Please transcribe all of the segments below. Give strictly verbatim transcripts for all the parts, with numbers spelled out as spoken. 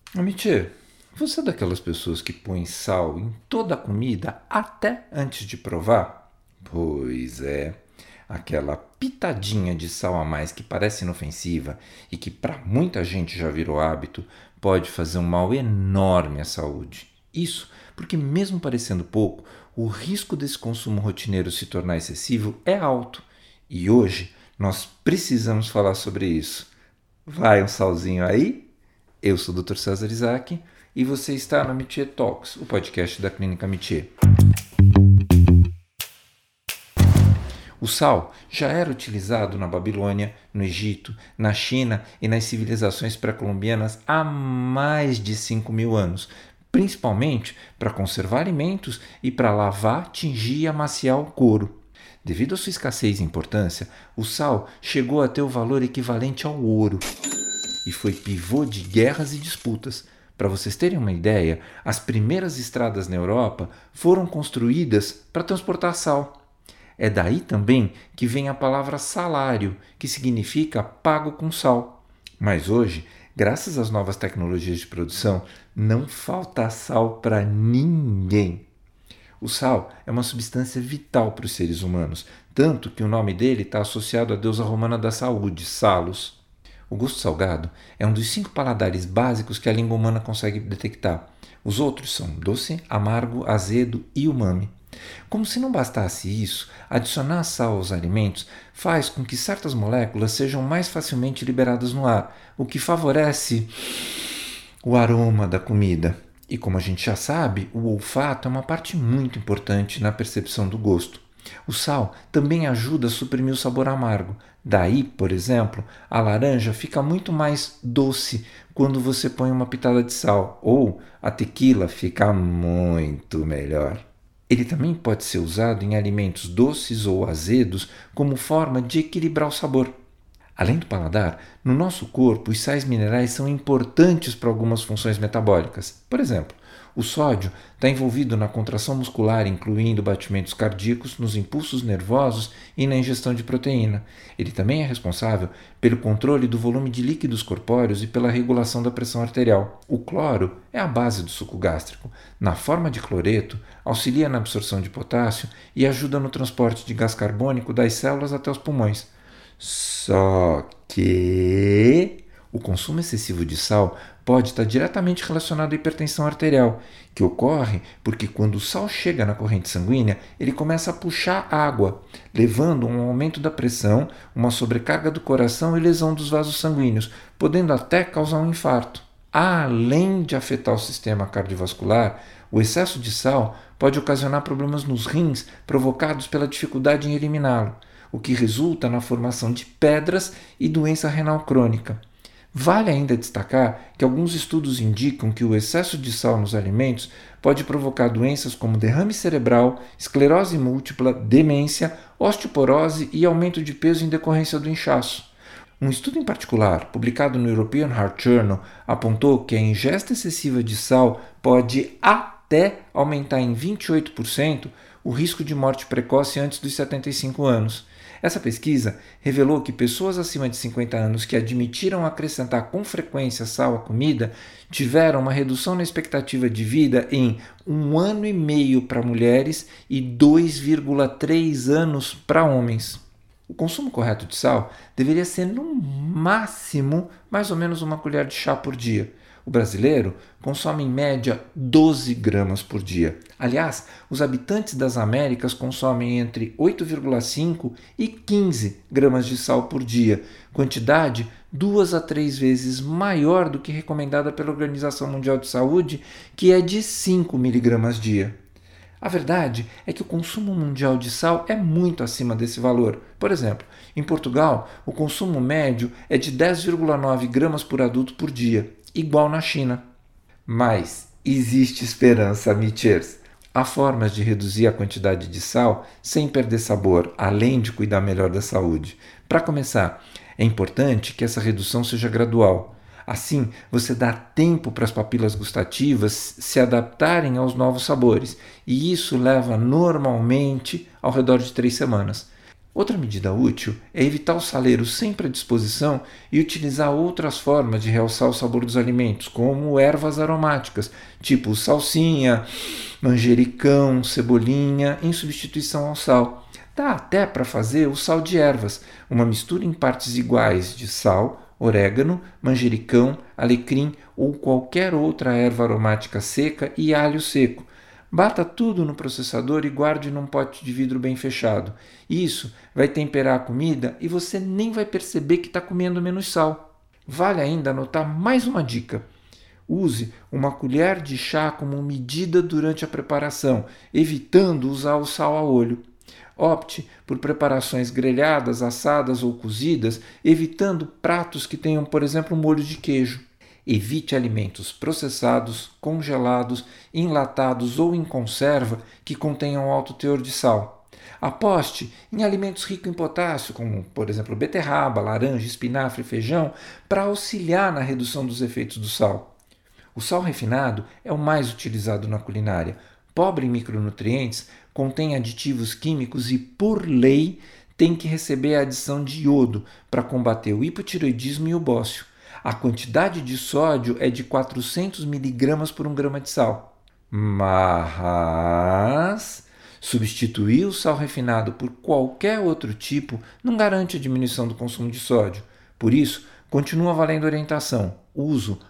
Amitie, você é daquelas pessoas que põem sal em toda a comida até antes de provar? Pois é, aquela pitadinha de sal a mais que parece inofensiva e que para muita gente já virou hábito pode fazer um mal enorme à saúde. Isso porque, mesmo parecendo pouco, o risco desse consumo rotineiro se tornar excessivo é alto. E hoje nós precisamos falar sobre isso. Vai um salzinho aí? Eu sou o doutor César Isaac e você está no Métier Talks, o podcast da Clínica Métier. O sal já era utilizado na Babilônia, no Egito, na China e nas civilizações pré-colombianas há mais de cinco mil anos, principalmente para conservar alimentos e para lavar, tingir e amaciar o couro. Devido à sua escassez e importância, o sal chegou a ter o valor equivalente ao ouro e foi pivô de guerras e disputas. Para vocês terem uma ideia, as primeiras estradas na Europa foram construídas para transportar sal. É daí também que vem a palavra salário, que significa pago com sal. Mas hoje, graças às novas tecnologias de produção, não falta sal para ninguém. O sal é uma substância vital para os seres humanos, tanto que o nome dele está associado à deusa romana da saúde, Salus. O gosto salgado é um dos cinco paladares básicos que a língua humana consegue detectar. Os outros são doce, amargo, azedo e umami. Como se não bastasse isso, adicionar sal aos alimentos faz com que certas moléculas sejam mais facilmente liberadas no ar, o que favorece o aroma da comida. E como a gente já sabe, o olfato é uma parte muito importante na percepção do gosto. O sal também ajuda a suprimir o sabor amargo. Daí, por exemplo, a laranja fica muito mais doce quando você põe uma pitada de sal, ou a tequila fica muito melhor. Ele também pode ser usado em alimentos doces ou azedos como forma de equilibrar o sabor. Além do paladar, no nosso corpo os sais minerais são importantes para algumas funções metabólicas. Por exemplo, o sódio está envolvido na contração muscular, incluindo batimentos cardíacos, nos impulsos nervosos e na ingestão de proteína. Ele também é responsável pelo controle do volume de líquidos corpóreos e pela regulação da pressão arterial. O cloro é a base do suco gástrico. Na forma de cloreto, auxilia na absorção de potássio e ajuda no transporte de gás carbônico das células até os pulmões. Só que o consumo excessivo de sal pode estar diretamente relacionado à hipertensão arterial, que ocorre porque quando o sal chega na corrente sanguínea, ele começa a puxar água, levando a um aumento da pressão, uma sobrecarga do coração e lesão dos vasos sanguíneos, podendo até causar um infarto. Além de afetar o sistema cardiovascular, o excesso de sal pode ocasionar problemas nos rins provocados pela dificuldade em eliminá-lo, o que resulta na formação de pedras e doença renal crônica. Vale ainda destacar que alguns estudos indicam que o excesso de sal nos alimentos pode provocar doenças como derrame cerebral, esclerose múltipla, demência, osteoporose e aumento de peso em decorrência do inchaço. Um estudo em particular, publicado no European Heart Journal, apontou que a ingesta excessiva de sal pode até aumentar em vinte e oito por cento o risco de morte precoce antes dos setenta e cinco anos. Essa pesquisa revelou que pessoas acima de cinquenta anos que admitiram acrescentar com frequência sal à comida tiveram uma redução na expectativa de vida em um ano e meio para mulheres e dois vírgula três anos para homens. O consumo correto de sal deveria ser, no máximo, mais ou menos uma colher de chá por dia. O brasileiro consome em média doze gramas por dia. Aliás, os habitantes das Américas consomem entre oito vírgula cinco e quinze gramas de sal por dia, quantidade duas a três vezes maior do que recomendada pela Organização Mundial de Saúde, que é de cinco miligramas dia. A verdade é que o consumo mundial de sal é muito acima desse valor. Por exemplo, em Portugal, o consumo médio é de dez vírgula nove gramas por adulto por dia, igual na China. Mas existe esperança, amichers. Há formas de reduzir a quantidade de sal sem perder sabor, além de cuidar melhor da saúde. Para começar, é importante que essa redução seja gradual. Assim, você dá tempo para as papilas gustativas se adaptarem aos novos sabores, e isso leva normalmente ao redor de três semanas. Outra medida útil é evitar o saleiro sempre à disposição e utilizar outras formas de realçar o sabor dos alimentos, como ervas aromáticas, tipo salsinha, manjericão, cebolinha, em substituição ao sal. Dá até para fazer o sal de ervas, uma mistura em partes iguais de sal, orégano, manjericão, alecrim ou qualquer outra erva aromática seca e alho seco. Bata tudo no processador e guarde num pote de vidro bem fechado. Isso vai temperar a comida e você nem vai perceber que está comendo menos sal. Vale ainda anotar mais uma dica. Use uma colher de chá como medida durante a preparação, evitando usar o sal a olho. Opte por preparações grelhadas, assadas ou cozidas, evitando pratos que tenham, por exemplo, molho de queijo. Evite alimentos processados, congelados, enlatados ou em conserva que contenham alto teor de sal. Aposte em alimentos ricos em potássio, como, por exemplo, beterraba, laranja, espinafre e feijão, para auxiliar na redução dos efeitos do sal. O sal refinado é o mais utilizado na culinária. Pobre em micronutrientes, contém aditivos químicos e, por lei, tem que receber a adição de iodo para combater o hipotireoidismo e o bócio. A quantidade de sódio é de quatrocentos miligramas por um grama de sal. Mas substituir o sal refinado por qualquer outro tipo não garante a diminuição do consumo de sódio. Por isso, continua valendo a orientação: uso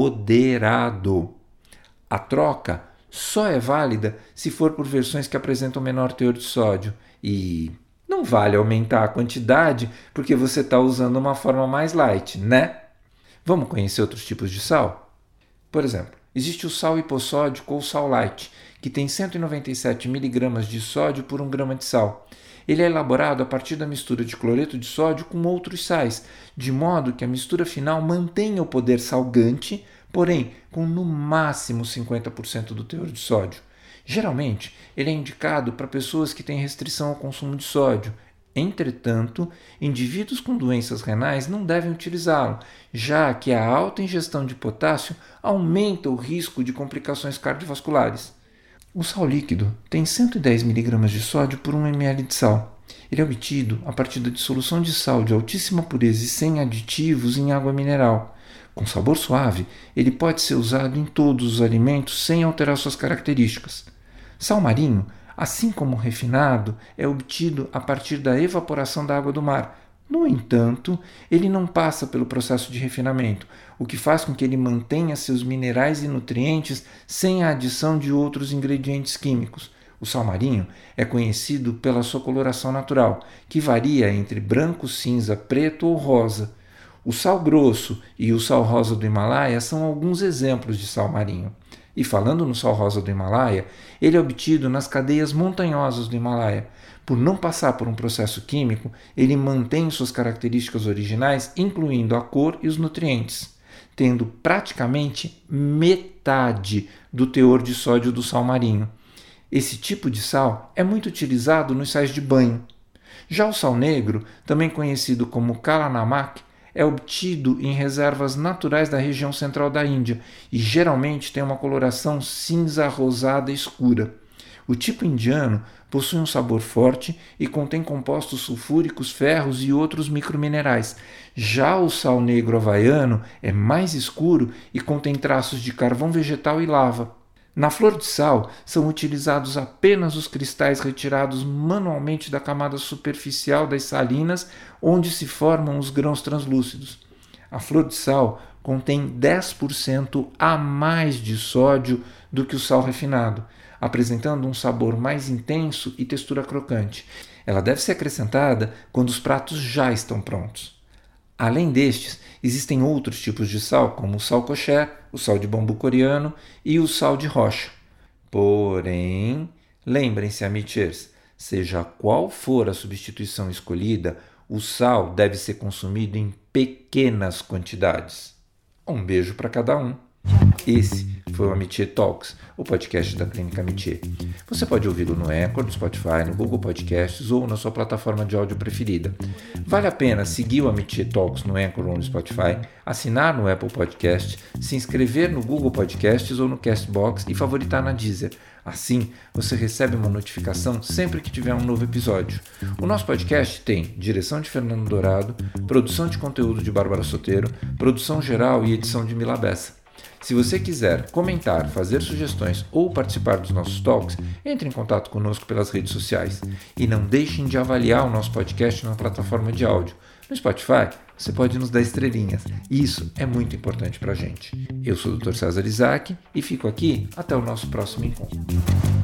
moderado. A troca só é válida se for por versões que apresentam menor teor de sódio. E não vale aumentar a quantidade porque você está usando uma forma mais light, né? Vamos conhecer outros tipos de sal? Por exemplo, existe o sal hipossódico ou sal light, que tem cento e noventa e sete miligramas de sódio por um grama de sal. Ele é elaborado a partir da mistura de cloreto de sódio com outros sais, de modo que a mistura final mantenha o poder salgante, porém com no máximo cinquenta por cento do teor de sódio. Geralmente, ele é indicado para pessoas que têm restrição ao consumo de sódio. Entretanto, indivíduos com doenças renais não devem utilizá-lo, já que a alta ingestão de potássio aumenta o risco de complicações cardiovasculares. O sal líquido tem cento e dez miligramas de sódio por um mililitro de sal. Ele é obtido a partir da dissolução de sal de altíssima pureza e sem aditivos em água mineral. Com sabor suave, ele pode ser usado em todos os alimentos sem alterar suas características. Sal marinho, assim como o refinado, é obtido a partir da evaporação da água do mar. No entanto, ele não passa pelo processo de refinamento, o que faz com que ele mantenha seus minerais e nutrientes sem a adição de outros ingredientes químicos. O sal marinho é conhecido pela sua coloração natural, que varia entre branco, cinza, preto ou rosa. O sal grosso e o sal rosa do Himalaia são alguns exemplos de sal marinho. E falando no sal rosa do Himalaia, ele é obtido nas cadeias montanhosas do Himalaia. Por não passar por um processo químico, ele mantém suas características originais, incluindo a cor e os nutrientes, tendo praticamente metade do teor de sódio do sal marinho. Esse tipo de sal é muito utilizado nos sais de banho. Já o sal negro, também conhecido como Kala Namak, é obtido em reservas naturais da região central da Índia e geralmente tem uma coloração cinza rosada escura. O tipo indiano possui um sabor forte e contém compostos sulfúricos, ferros e outros microminerais. Já o sal negro havaiano é mais escuro e contém traços de carvão vegetal e lava. Na flor de sal são utilizados apenas os cristais retirados manualmente da camada superficial das salinas, onde se formam os grãos translúcidos. A flor de sal contém dez por cento a mais de sódio do que o sal refinado, apresentando um sabor mais intenso e textura crocante. Ela deve ser acrescentada quando os pratos já estão prontos. Além destes, existem outros tipos de sal, como o sal kosher, o sal de bambu coreano e o sal de rocha. Porém, lembrem-se, amichers, seja qual for a substituição escolhida, o sal deve ser consumido em pequenas quantidades. Um beijo para cada um. Esse foi o Amitié Talks, o podcast da Clínica Amitié. Você pode ouvi-lo no Anchor, no Spotify, no Google Podcasts ou na sua plataforma de áudio preferida. Vale a pena seguir o Amitié Talks no Anchor ou no Spotify, assinar no Apple Podcasts, se inscrever no Google Podcasts ou no Castbox e favoritar na Deezer. Assim, você recebe uma notificação sempre que tiver um novo episódio. O nosso podcast tem direção de Fernando Dourado, produção de conteúdo de Bárbara Soteiro, produção geral e edição de Mila Bessa. Se você quiser comentar, fazer sugestões ou participar dos nossos talks, entre em contato conosco pelas redes sociais. E não deixem de avaliar o nosso podcast na plataforma de áudio. No Spotify, você pode nos dar estrelinhas. E isso é muito importante para a gente. Eu sou o doutor César Isaac e fico aqui até o nosso próximo encontro.